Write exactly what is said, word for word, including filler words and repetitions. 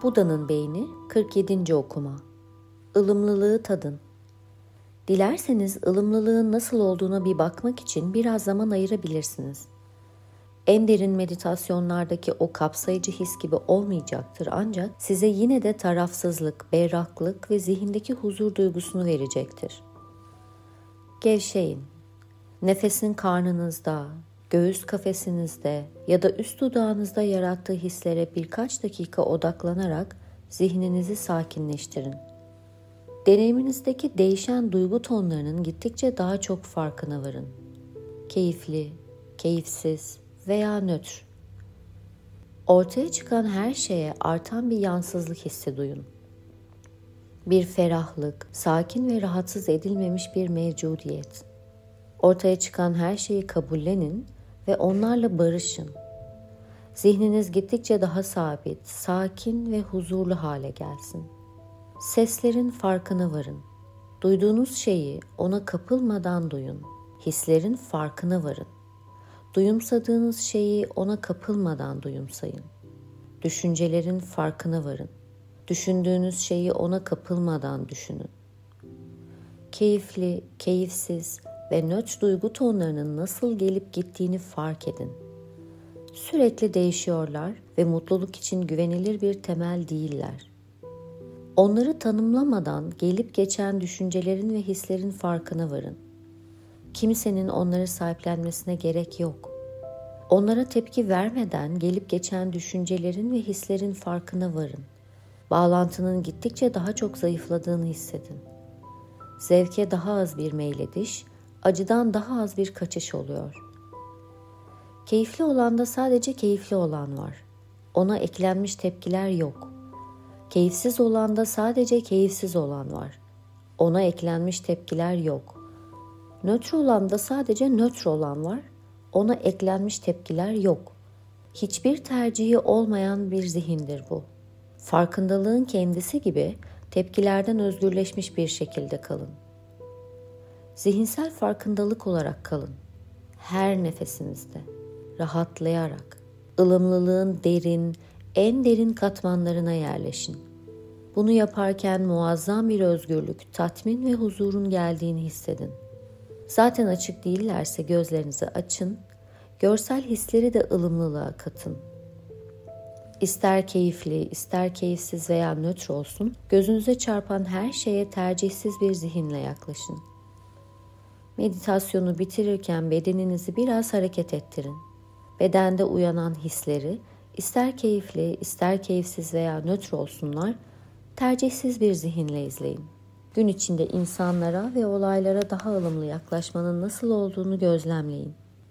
Buda'nın Beyni kırk yedinci okuma. Ilımlılığı tadın. Dilerseniz ılımlılığın nasıl olduğuna bir bakmak için biraz zaman ayırabilirsiniz. En derin meditasyonlardaki o kapsayıcı his gibi olmayacaktır ancak size yine de tarafsızlık, berraklık ve zihindeki huzur duygusunu verecektir. Gevşeyin. Nefesin karnınızda, göğüs kafesinizde ya da üst dudağınızda yarattığı hislere birkaç dakika odaklanarak zihninizi sakinleştirin. Deneyiminizdeki değişen duygu tonlarının gittikçe daha çok farkına varın. Keyifli, keyifsiz veya nötr. Ortaya çıkan her şeye artan bir yansızlık hissi duyun. Bir ferahlık, sakin ve rahatsız edilmemiş bir mevcudiyet. Ortaya çıkan her şeyi kabullenin ve onlarla barışın. Zihniniz gittikçe daha sabit, sakin ve huzurlu hale gelsin. Seslerin farkına varın. Duyduğunuz şeyi ona kapılmadan duyun. Hislerin farkına varın. Duyumsadığınız şeyi ona kapılmadan duyumsayın. Düşüncelerin farkına varın. Düşündüğünüz şeyi ona kapılmadan düşünün. Keyifli, keyifsiz ve nötr duygu tonlarının nasıl gelip gittiğini fark edin. Sürekli değişiyorlar ve mutluluk için güvenilir bir temel değiller. Onları tanımlamadan gelip geçen düşüncelerin ve hislerin farkına varın. Kimsenin onları sahiplenmesine gerek yok. Onlara tepki vermeden gelip geçen düşüncelerin ve hislerin farkına varın. Bağlantının gittikçe daha çok zayıfladığını hissedin. Zevke daha az bir meylediş, acıdan daha az bir kaçış oluyor. Keyifli olanda sadece keyifli olan var. Ona eklenmiş tepkiler yok. Keyifsiz olanda sadece keyifsiz olan var. Ona eklenmiş tepkiler yok. Nötr olanda sadece nötr olan var. Ona eklenmiş tepkiler yok. Hiçbir tercihi olmayan bir zihindir bu. Farkındalığın kendisi gibi tepkilerden özgürleşmiş bir şekilde kalın. Zihinsel farkındalık olarak kalın. Her nefesinizde, rahatlayarak, ılımlılığın derin, en derin katmanlarına yerleşin. Bunu yaparken muazzam bir özgürlük, tatmin ve huzurun geldiğini hissedin. Zaten açık değillerse gözlerinizi açın, görsel hisleri de ılımlılığa katın. İster keyifli, ister keyifsiz veya nötr olsun, gözünüze çarpan her şeye tercihsiz bir zihinle yaklaşın. Meditasyonu bitirirken bedeninizi biraz hareket ettirin. Bedende uyanan hisleri, ister keyifli, ister keyifsiz veya nötr olsunlar, tercihsiz bir zihinle izleyin. Gün içinde insanlara ve olaylara daha ılımlı yaklaşmanın nasıl olduğunu gözlemleyin.